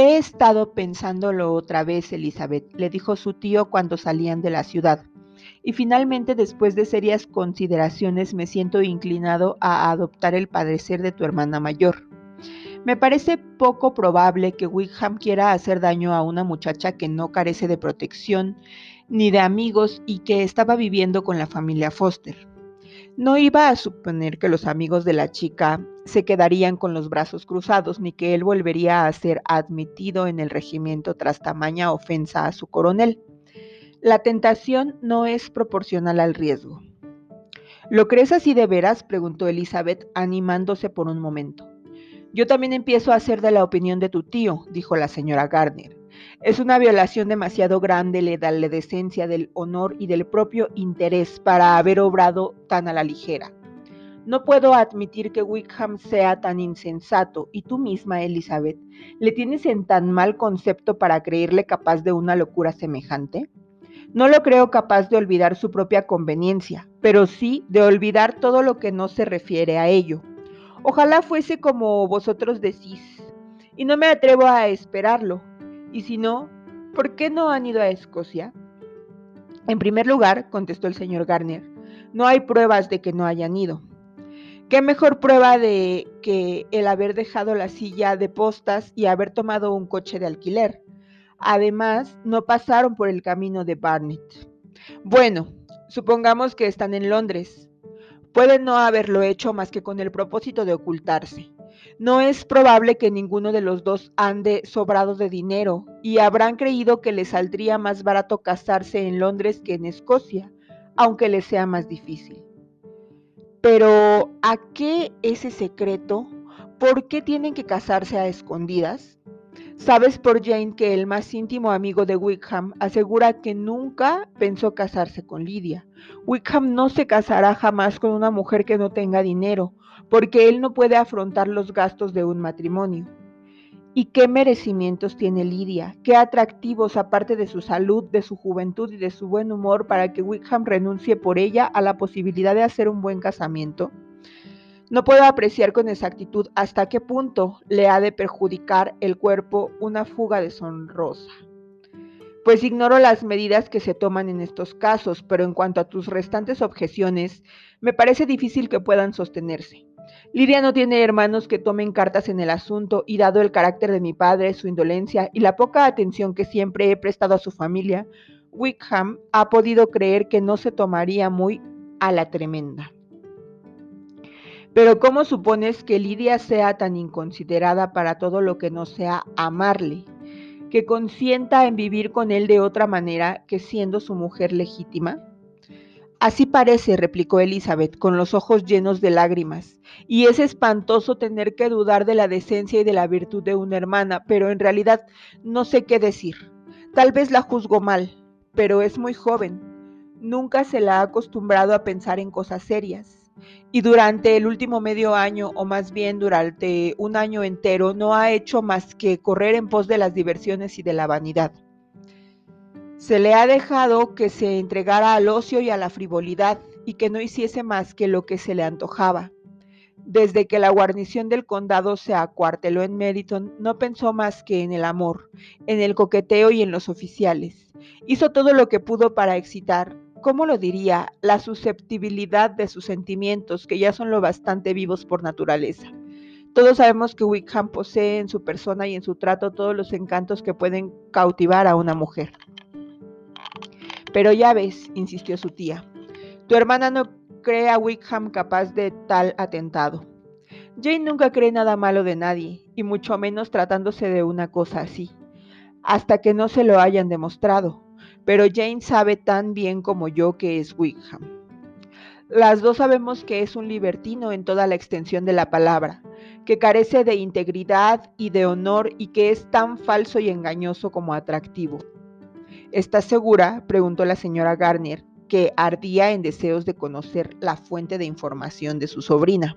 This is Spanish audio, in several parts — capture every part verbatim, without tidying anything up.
He estado pensándolo otra vez, Elizabeth, le dijo su tío cuando salían de la ciudad, y finalmente, después de serias consideraciones, me siento inclinado a adoptar el parecer de tu hermana mayor. Me parece poco probable que Wickham quiera hacer daño a una muchacha que no carece de protección ni de amigos y que estaba viviendo con la familia Foster. No iba a suponer que los amigos de la chica se quedarían con los brazos cruzados, ni que él volvería a ser admitido en el regimiento tras tamaña ofensa a su coronel. La tentación no es proporcional al riesgo. ¿Lo crees así de veras?, preguntó Elizabeth, animándose por un momento. Yo también empiezo a ser de la opinión de tu tío, dijo la señora Gardner. Es una violación demasiado grande de la decencia, del honor y del propio interés para haber obrado tan a la ligera. No puedo admitir que Wickham sea tan insensato, y tú misma, Elizabeth, ¿le tienes en tan mal concepto para creerle capaz de una locura semejante? No lo creo capaz de olvidar su propia conveniencia, pero sí de olvidar todo lo que no se refiere a ello. Ojalá fuese como vosotros decís, y no me atrevo a esperarlo. Y si no, ¿por qué no han ido a Escocia? En primer lugar, contestó el señor Gardner, no hay pruebas de que no hayan ido. ¿Qué mejor prueba de que el haber dejado la silla de postas y haber tomado un coche de alquiler? Además, no pasaron por el camino de Barnet. Bueno, supongamos que están en Londres. Pueden no haberlo hecho más que con el propósito de ocultarse. No es probable que ninguno de los dos ande sobrado de dinero, y habrán creído que les saldría más barato casarse en Londres que en Escocia, aunque les sea más difícil. Pero, ¿a qué ese secreto? ¿Por qué tienen que casarse a escondidas? Sabes por Jane que el más íntimo amigo de Wickham asegura que nunca pensó casarse con Lydia. Wickham no se casará jamás con una mujer que no tenga dinero, porque él no puede afrontar los gastos de un matrimonio. ¿Y qué merecimientos tiene Lydia? ¿Qué atractivos, aparte de su salud, de su juventud y de su buen humor, para que Wickham renuncie por ella a la posibilidad de hacer un buen casamiento? No puedo apreciar con exactitud hasta qué punto le ha de perjudicar el cuerpo una fuga deshonrosa. Pues ignoro las medidas que se toman en estos casos, pero en cuanto a tus restantes objeciones, me parece difícil que puedan sostenerse. Lydia no tiene hermanos que tomen cartas en el asunto, y dado el carácter de mi padre, su indolencia y la poca atención que siempre he prestado a su familia, Wickham ha podido creer que no se tomaría muy a la tremenda. Pero ¿cómo supones que Lydia sea tan inconsiderada para todo lo que no sea amarle, que consienta en vivir con él de otra manera que siendo su mujer legítima? Así parece, replicó Elizabeth, con los ojos llenos de lágrimas, y es espantoso tener que dudar de la decencia y de la virtud de una hermana, pero en realidad no sé qué decir. Tal vez la juzgo mal, pero es muy joven. Nunca se la ha acostumbrado a pensar en cosas serias. Y durante el último medio año, o más bien durante un año entero, no ha hecho más que correr en pos de las diversiones y de la vanidad. Se le ha dejado que se entregara al ocio y a la frivolidad, y que no hiciese más que lo que se le antojaba. Desde que la guarnición del condado se acuarteló en Meryton, no pensó más que en el amor, en el coqueteo y en los oficiales. Hizo todo lo que pudo para excitar, ¿cómo lo diría?, la susceptibilidad de sus sentimientos, que ya son lo bastante vivos por naturaleza. Todos sabemos que Wickham posee en su persona y en su trato todos los encantos que pueden cautivar a una mujer. Pero ya ves, insistió su tía, tu hermana no cree a Wickham capaz de tal atentado. Jane nunca cree nada malo de nadie, y mucho menos tratándose de una cosa así, hasta que no se lo hayan demostrado. Pero Jane sabe tan bien como yo que es Wickham. Las dos sabemos que es un libertino en toda la extensión de la palabra, que carece de integridad y de honor, y que es tan falso y engañoso como atractivo. ¿Estás segura?, preguntó la señora Gardner, que ardía en deseos de conocer la fuente de información de su sobrina.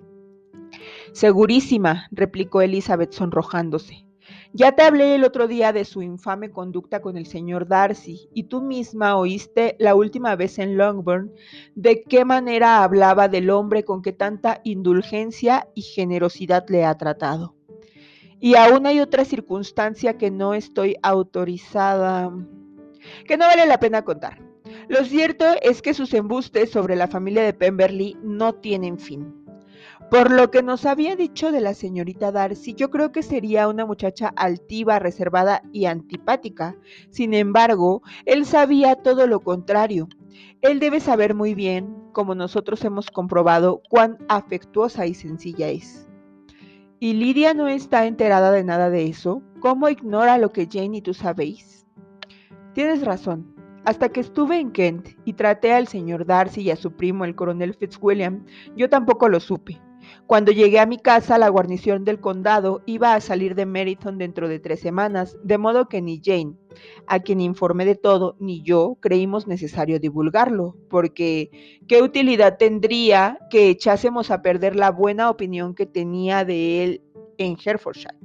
Segurísima, replicó Elizabeth sonrojándose. Ya te hablé el otro día de su infame conducta con el señor Darcy, y tú misma oíste la última vez en Longbourn de qué manera hablaba del hombre con que tanta indulgencia y generosidad le ha tratado. Y aún hay otra circunstancia que no estoy autorizada, que no vale la pena contar. Lo cierto es que sus embustes sobre la familia de Pemberley no tienen fin. Por lo que nos había dicho de la señorita Darcy, yo creo que sería una muchacha altiva, reservada y antipática. Sin embargo, él sabía todo lo contrario. Él debe saber muy bien, como nosotros hemos comprobado, cuán afectuosa y sencilla es. ¿Y Lidia no está enterada de nada de eso? ¿Cómo ignora lo que Jane y tú sabéis? Tienes razón. Hasta que estuve en Kent y traté al señor Darcy y a su primo, el coronel Fitzwilliam, yo tampoco lo supe. Cuando llegué a mi casa, la guarnición del condado iba a salir de Meryton dentro de tres semanas, de modo que ni Jane, a quien informé de todo, ni yo creímos necesario divulgarlo, porque ¿qué utilidad tendría que echásemos a perder la buena opinión que tenía de él en Hertfordshire?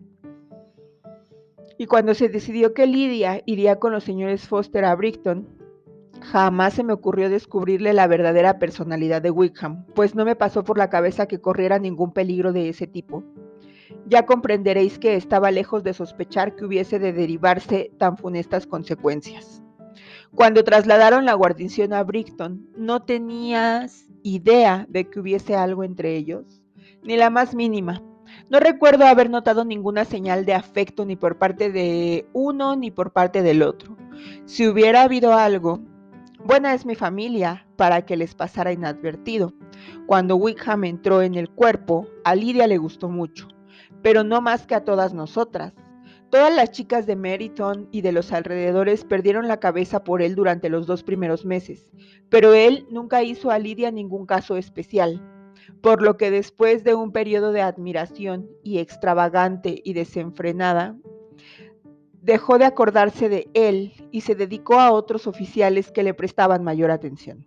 Y cuando se decidió que Lidia iría con los señores Foster a Brighton, jamás se me ocurrió descubrirle la verdadera personalidad de Wickham, pues no me pasó por la cabeza que corriera ningún peligro de ese tipo. Ya comprenderéis que estaba lejos de sospechar que hubiese de derivarse tan funestas consecuencias. Cuando trasladaron la guarnición a Brighton, ¿no tenías idea de que hubiese algo entre ellos? Ni la más mínima. No recuerdo haber notado ninguna señal de afecto ni por parte de uno ni por parte del otro. Si hubiera habido algo, buena es mi familia para que les pasara inadvertido. Cuando Wickham entró en el cuerpo, a Lidia le gustó mucho, pero no más que a todas nosotras. Todas las chicas de Meryton y de los alrededores perdieron la cabeza por él durante los dos primeros meses, pero él nunca hizo a Lidia ningún caso especial, por lo que después de un periodo de admiración y extravagante y desenfrenada, dejó de acordarse de él y se dedicó a otros oficiales que le prestaban mayor atención.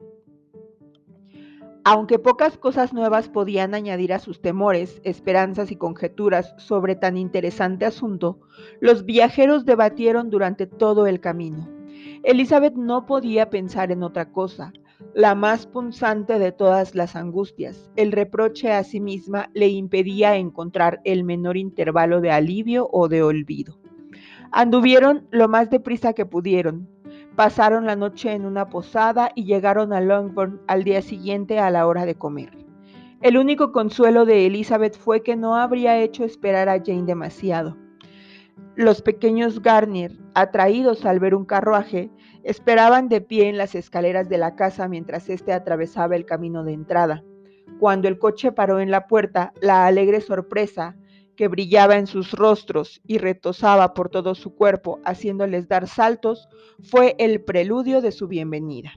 Aunque pocas cosas nuevas podían añadir a sus temores, esperanzas y conjeturas sobre tan interesante asunto, los viajeros debatieron durante todo el camino. Elizabeth no podía pensar en otra cosa. La más punzante de todas las angustias, el reproche a sí misma, le impedía encontrar el menor intervalo de alivio o de olvido. Anduvieron lo más deprisa que pudieron. Pasaron la noche en una posada y llegaron a Longbourn al día siguiente a la hora de comer. El único consuelo de Elizabeth fue que no habría hecho esperar a Jane demasiado. Los pequeños Garnier, atraídos al ver un carruaje, esperaban de pie en las escaleras de la casa mientras éste atravesaba el camino de entrada. Cuando el coche paró en la puerta, la alegre sorpresa que brillaba en sus rostros y retozaba por todo su cuerpo, haciéndoles dar saltos, fue el preludio de su bienvenida.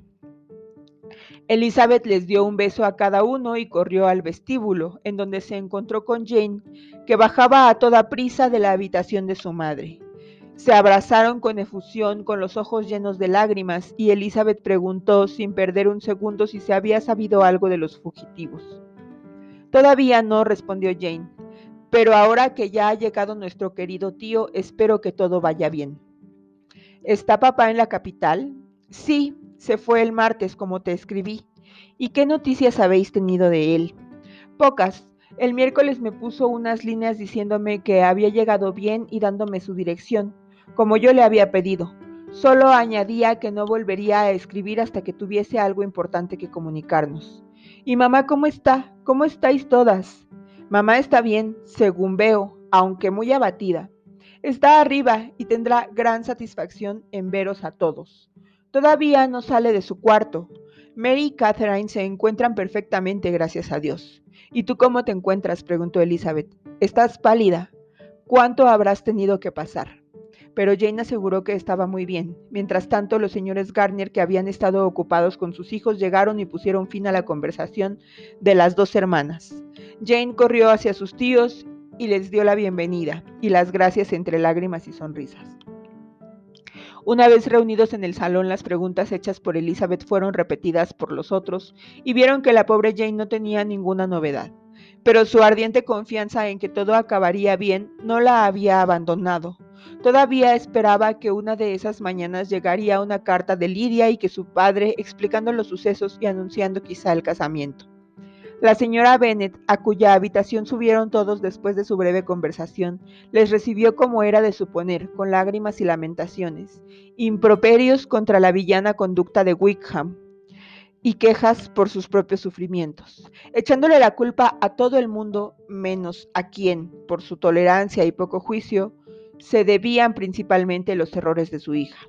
Elizabeth les dio un beso a cada uno y corrió al vestíbulo, en donde se encontró con Jane, que bajaba a toda prisa de la habitación de su madre. Se abrazaron con efusión, con los ojos llenos de lágrimas, y Elizabeth preguntó sin perder un segundo si se había sabido algo de los fugitivos. Todavía no, respondió Jane, pero ahora que ya ha llegado nuestro querido tío, espero que todo vaya bien. ¿Está papá en la capital? Sí, se fue el martes, como te escribí. ¿Y qué noticias habéis tenido de él? Pocas. El miércoles me puso unas líneas diciéndome que había llegado bien y dándome su dirección, como yo le había pedido. Solo añadía que no volvería a escribir hasta que tuviese algo importante que comunicarnos. ¿Y mamá cómo está? ¿Cómo estáis todas? Mamá está bien, según veo, aunque muy abatida. Está arriba y tendrá gran satisfacción en veros a todos. Todavía no sale de su cuarto. Mary y Catherine se encuentran perfectamente, gracias a Dios. ¿Y tú cómo te encuentras?, preguntó Elizabeth. Estás pálida. ¿Cuánto habrás tenido que pasar? Pero Jane aseguró que estaba muy bien. Mientras tanto, los señores Garnier, que habían estado ocupados con sus hijos, llegaron y pusieron fin a la conversación de las dos hermanas. Jane corrió hacia sus tíos y les dio la bienvenida y las gracias entre lágrimas y sonrisas. Una vez reunidos en el salón, las preguntas hechas por Elizabeth fueron repetidas por los otros y vieron que la pobre Jane no tenía ninguna novedad, pero su ardiente confianza en que todo acabaría bien no la había abandonado. Todavía esperaba que una de esas mañanas llegaría una carta de Lidia y que su padre explicando los sucesos y anunciando quizá el casamiento. La señora Bennet, a cuya habitación subieron todos después de su breve conversación, les recibió como era de suponer, con lágrimas y lamentaciones, improperios contra la villana conducta de Wickham y quejas por sus propios sufrimientos, echándole la culpa a todo el mundo menos a quien, por su tolerancia y poco juicio, se debían principalmente los errores de su hija.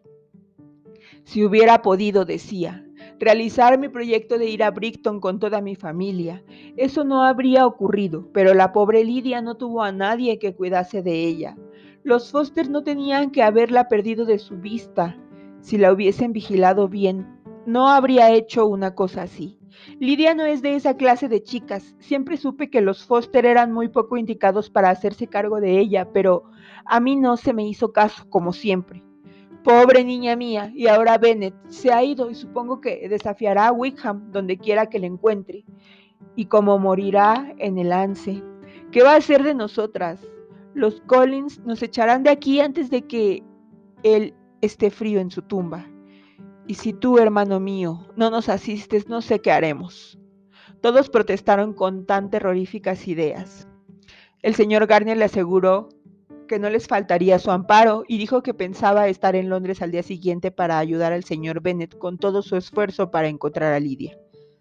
Si hubiera podido, decía, realizar mi proyecto de ir a Brixton con toda mi familia, eso no habría ocurrido, pero la pobre Lidia no tuvo a nadie que cuidase de ella. Los Foster no tenían que haberla perdido de su vista. Si la hubiesen vigilado bien, no habría hecho una cosa así. Lidia no es de esa clase de chicas. Siempre supe que los Foster eran muy poco indicados para hacerse cargo de ella, pero a mí no se me hizo caso, como siempre. Pobre niña mía, y ahora Bennet se ha ido y supongo que desafiará a Wickham donde quiera que le encuentre. Y como morirá en el lance, ¿qué va a hacer de nosotras? Los Collins nos echarán de aquí antes de que él esté frío en su tumba. Y si tú, hermano mío, no nos asistes, no sé qué haremos. Todos protestaron con tan terroríficas ideas. El señor Garnier le aseguró que no les faltaría su amparo y dijo que pensaba estar en Londres al día siguiente para ayudar al señor Bennet con todo su esfuerzo para encontrar a Lidia.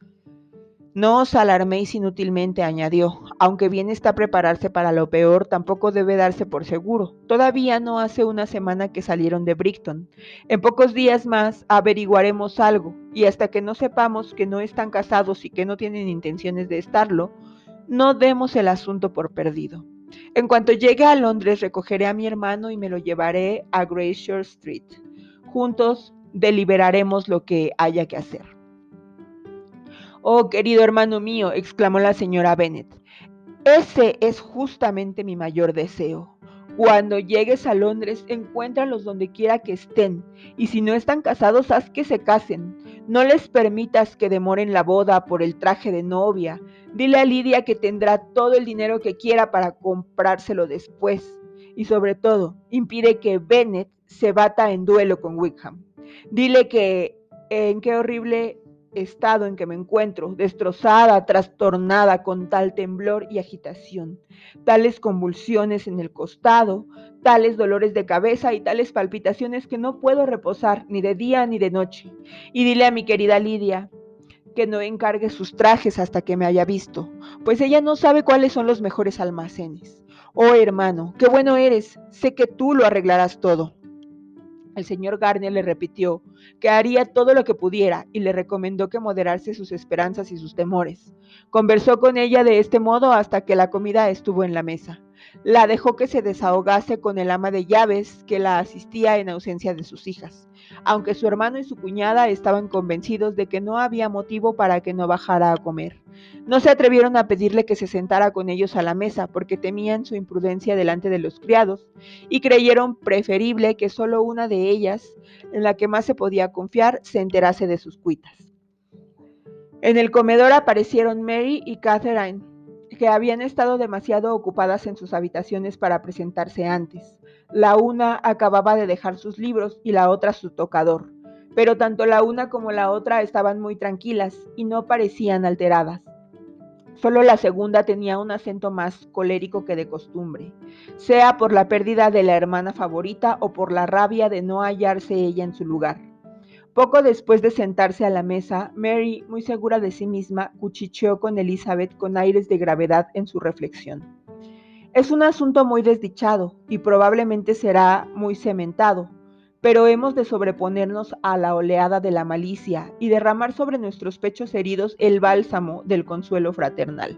No os alarméis inútilmente, añadió, aunque bien está prepararse para lo peor, tampoco debe darse por seguro. Todavía no hace una semana que salieron de Brixton. En pocos días más averiguaremos algo, y hasta que no sepamos que no están casados y que no tienen intenciones de estarlo, no demos el asunto por perdido. En cuanto llegue a Londres, recogeré a mi hermano y me lo llevaré a Grayshore Street. Juntos deliberaremos lo que haya que hacer. Oh, querido hermano mío, exclamó la señora Bennet, ese es justamente mi mayor deseo. Cuando llegues a Londres, encuéntralos donde quiera que estén, y si no están casados, haz que se casen. No les permitas que demoren la boda por el traje de novia. Dile a Lidia que tendrá todo el dinero que quiera para comprárselo después. Y sobre todo, impide que Bennet se bata en duelo con Wickham. Dile que en qué horrible estado en que me encuentro, destrozada, trastornada con tal temblor y agitación, tales convulsiones en el costado, tales dolores de cabeza y tales palpitaciones que no puedo reposar ni de día ni de noche. Y dile a mi querida Lidia que no encargue sus trajes hasta que me haya visto, pues ella no sabe cuáles son los mejores almacenes. Oh, hermano, qué bueno eres, sé que tú lo arreglarás todo. El señor Garnier le repitió que haría todo lo que pudiera y le recomendó que moderase sus esperanzas y sus temores. Conversó con ella de este modo hasta que la comida estuvo en la mesa. La dejó que se desahogase con el ama de llaves que la asistía en ausencia de sus hijas, aunque su hermano y su cuñada estaban convencidos de que no había motivo para que no bajara a comer. No se atrevieron a pedirle que se sentara con ellos a la mesa porque temían su imprudencia delante de los criados y creyeron preferible que solo una de ellas, en la que más se podía confiar, se enterase de sus cuitas. En el comedor aparecieron Mary y Catherine, que habían estado demasiado ocupadas en sus habitaciones para presentarse antes. La una acababa de dejar sus libros y la otra su tocador, pero tanto la una como la otra estaban muy tranquilas y no parecían alteradas. Solo la segunda tenía un acento más colérico que de costumbre, sea por la pérdida de la hermana favorita o por la rabia de no hallarse ella en su lugar. Poco después de sentarse a la mesa, Mary, muy segura de sí misma, cuchicheó con Elizabeth con aires de gravedad en su reflexión. Es un asunto muy desdichado y probablemente será muy cementado, pero hemos de sobreponernos a la oleada de la malicia y derramar sobre nuestros pechos heridos el bálsamo del consuelo fraternal.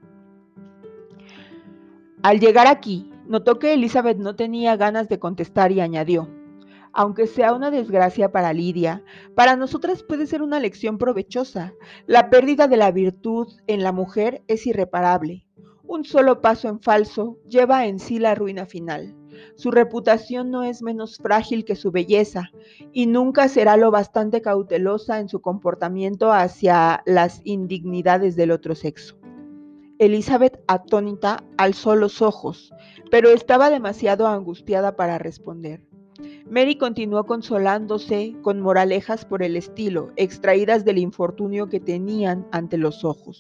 Al llegar aquí, notó que Elizabeth no tenía ganas de contestar y añadió, aunque sea una desgracia para Lidia, para nosotras puede ser una lección provechosa. La pérdida de la virtud en la mujer es irreparable. Un solo paso en falso lleva en sí la ruina final. Su reputación no es menos frágil que su belleza y nunca será lo bastante cautelosa en su comportamiento hacia las indignidades del otro sexo. Elizabeth, atónita, alzó los ojos, pero estaba demasiado angustiada para responder. Mary continuó consolándose con moralejas por el estilo, extraídas del infortunio que tenían ante los ojos.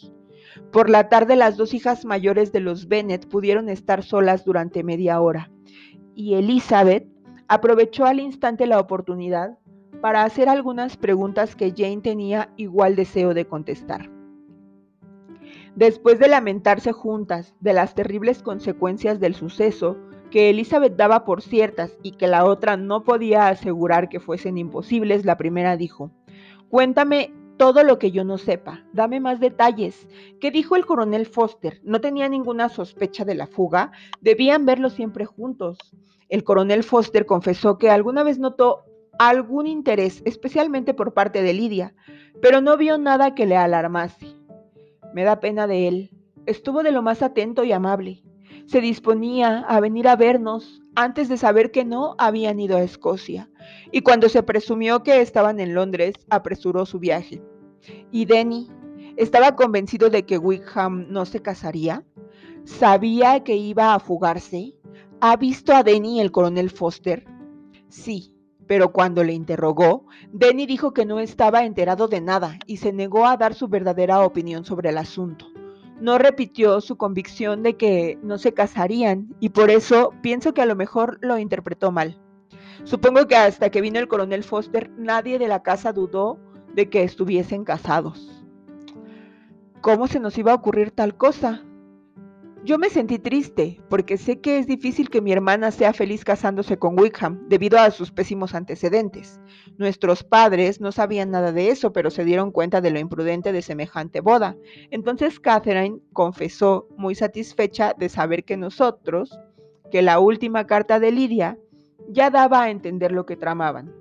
Por la tarde las dos hijas mayores de los Bennet pudieron estar solas durante media hora, y Elizabeth aprovechó al instante la oportunidad para hacer algunas preguntas que Jane tenía igual deseo de contestar. Después de lamentarse juntas de las terribles consecuencias del suceso, que Elizabeth daba por ciertas y que la otra no podía asegurar que fuesen imposibles, la primera dijo: «Cuéntame todo lo que yo no sepa, dame más detalles. ¿Qué dijo el coronel Foster? ¿No tenía ninguna sospecha de la fuga? Debían verlo siempre juntos». El coronel Foster confesó que alguna vez notó algún interés, especialmente por parte de Lydia, pero no vio nada que le alarmase. «Me da pena de él. Estuvo de lo más atento y amable. Se disponía a venir a vernos antes de saber que no habían ido a Escocia, y cuando se presumió que estaban en Londres, apresuró su viaje. ¿Y Denny? ¿Estaba convencido de que Wickham no se casaría? ¿Sabía que iba a fugarse? ¿Ha visto a Denny el coronel Foster?» «Sí, pero cuando le interrogó, Denny dijo que no estaba enterado de nada y se negó a dar su verdadera opinión sobre el asunto. No repitió su convicción de que no se casarían, y por eso pienso que a lo mejor lo interpretó mal. Supongo que hasta que vino el coronel Foster, nadie de la casa dudó de que estuviesen casados». «¿Cómo se nos iba a ocurrir tal cosa? Yo me sentí triste, porque sé que es difícil que mi hermana sea feliz casándose con Wickham, debido a sus pésimos antecedentes. Nuestros padres no sabían nada de eso, pero se dieron cuenta de lo imprudente de semejante boda. Entonces Catherine confesó, muy satisfecha de saber que nosotros, que la última carta de Lydia, ya daba a entender lo que tramaban.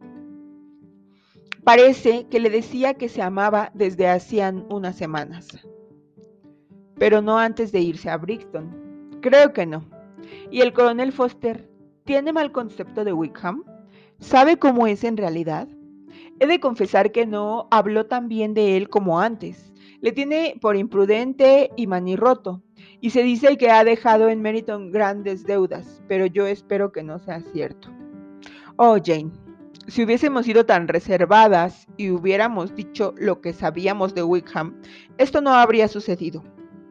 Parece que le decía que se amaba desde hacían unas semanas. Pero no antes de irse a Brixton. Creo que no. ¿Y el coronel Foster tiene mal concepto de Wickham? ¿Sabe cómo es en realidad? He de confesar que no habló tan bien de él como antes. Le tiene por imprudente y manirroto, y se dice que ha dejado en Meryton grandes deudas, pero yo espero que no sea cierto. Oh, Jane, si hubiésemos sido tan reservadas y hubiéramos dicho lo que sabíamos de Wickham, esto no habría sucedido».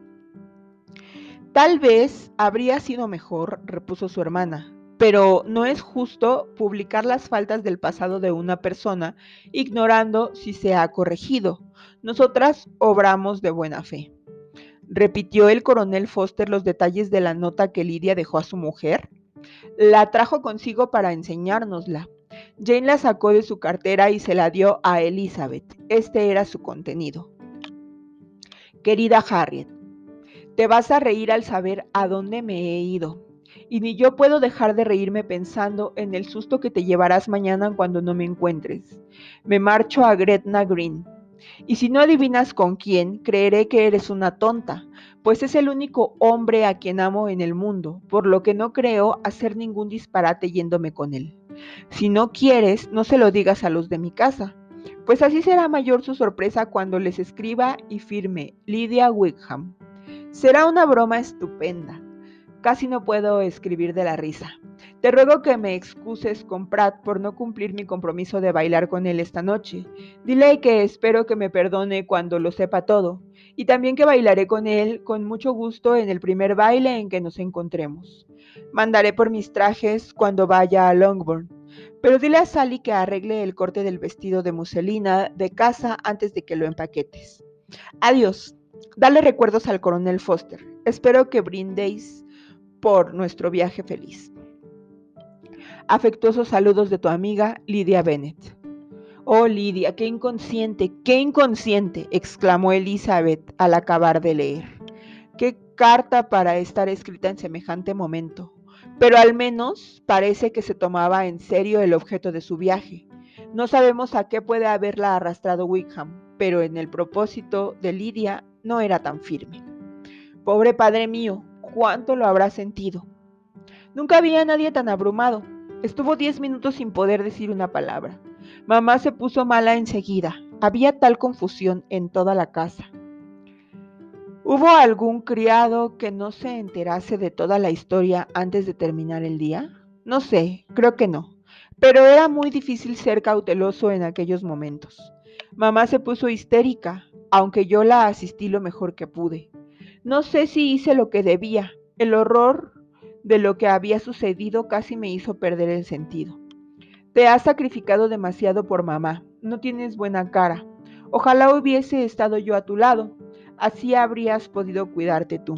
«Tal vez habría sido mejor», repuso su hermana, «pero no es justo publicar las faltas del pasado de una persona ignorando si se ha corregido. Nosotras obramos de buena fe». ¿Repitió el coronel Foster los detalles de la nota que Lydia dejó a su mujer? «La trajo consigo para enseñárnosla». Jane la sacó de su cartera y se la dio a Elizabeth. Este era su contenido: «Querida Harriet, te vas a reír al saber a dónde me he ido, y ni yo puedo dejar de reírme pensando en el susto que te llevarás mañana cuando no me encuentres. Me marcho a Gretna Green, y si no adivinas con quién, creeré que eres una tonta, pues es el único hombre a quien amo en el mundo, por lo que no creo hacer ningún disparate yéndome con él. Si no quieres, no se lo digas a los de mi casa, pues así será mayor su sorpresa cuando les escriba y firme Lydia Wickham. Será una broma estupenda. Casi no puedo escribir de la risa. Te ruego que me excuses con Pratt por no cumplir mi compromiso de bailar con él esta noche. Dile que espero que me perdone cuando lo sepa todo, y también que bailaré con él con mucho gusto en el primer baile en que nos encontremos. Mandaré por mis trajes cuando vaya a Longbourn, pero dile a Sally que arregle el corte del vestido de muselina de casa antes de que lo empaquetes. Adiós. Dale recuerdos al coronel Foster. Espero que brindéis por nuestro viaje feliz. Afectuosos saludos de tu amiga Lydia Bennet». «Oh, Lydia, qué inconsciente, qué inconsciente», exclamó Elizabeth al acabar de leer. «Qué carta para estar escrita en semejante momento. Pero al menos parece que se tomaba en serio el objeto de su viaje. No sabemos a qué puede haberla arrastrado Wickham, pero en el propósito de Lydia no era tan firme. Pobre padre mío, cuánto lo habrá sentido. Nunca vi a nadie tan abrumado. Estuvo diez minutos sin poder decir una palabra. Mamá se puso mala enseguida. Había tal confusión en toda la casa. ¿Hubo algún criado que no se enterase de toda la historia antes de terminar el día? No sé, creo que no. Pero era muy difícil ser cauteloso en aquellos momentos. Mamá se puso histérica. aunque yo la asistí lo mejor que pude. No sé si hice lo que debía. El horror de lo que había sucedido casi me hizo perder el sentido. Te has sacrificado demasiado por mamá. No tienes buena cara. Ojalá hubiese estado yo a tu lado. Así habrías podido cuidarte tú.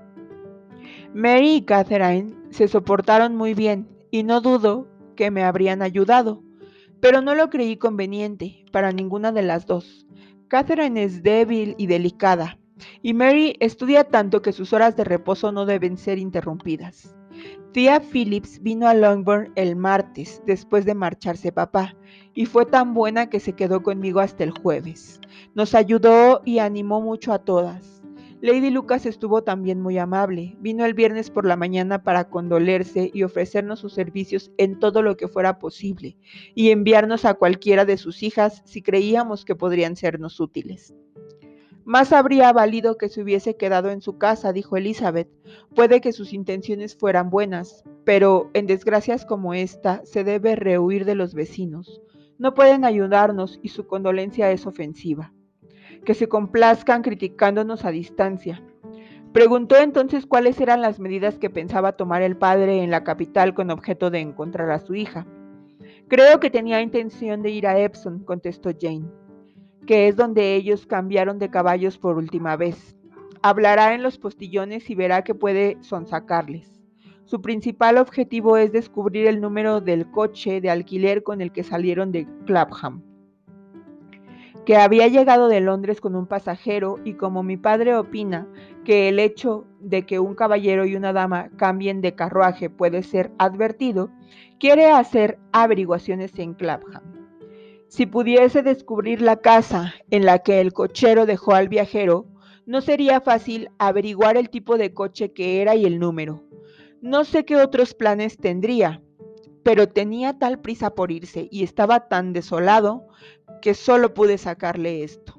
Mary y Catherine se soportaron muy bien y no dudo que me habrían ayudado, pero no lo creí conveniente para ninguna de las dos. Catherine es débil y delicada, y Mary estudia tanto que sus horas de reposo no deben ser interrumpidas. Tía Phillips vino a Longbourn el martes, después de marcharse papá, y fue tan buena que se quedó conmigo hasta el jueves. Nos ayudó y animó mucho a todas. Lady Lucas estuvo también muy amable. Vino el viernes por la mañana para condolerse y ofrecernos sus servicios en todo lo que fuera posible, y enviarnos a cualquiera de sus hijas si creíamos que podrían sernos útiles. Más habría valido que se hubiese quedado en su casa, dijo Elizabeth. Puede que sus intenciones fueran buenas, pero en desgracias como esta se debe rehuir de los vecinos. No pueden ayudarnos y su condolencia es ofensiva. Que se complazcan criticándonos a distancia. Preguntó entonces cuáles eran las medidas que pensaba tomar el padre en la capital con objeto de encontrar a su hija. Creo que tenía intención de ir a Epsom, contestó Jane, que es donde ellos cambiaron de caballos por última vez. Hablará en los postillones y verá que puede sonsacarles. Su principal objetivo es descubrir el número del coche de alquiler con el que salieron de Clapham, que había llegado de Londres con un pasajero, y como mi padre opina que el hecho de que un caballero y una dama cambien de carruaje puede ser advertido, quiere hacer averiguaciones en Clapham. Si pudiese descubrir la casa en la que el cochero dejó al viajero, no sería fácil averiguar el tipo de coche que era y el número. No sé qué otros planes tendría, pero tenía tal prisa por irse y estaba tan desolado que solo pude sacarle esto.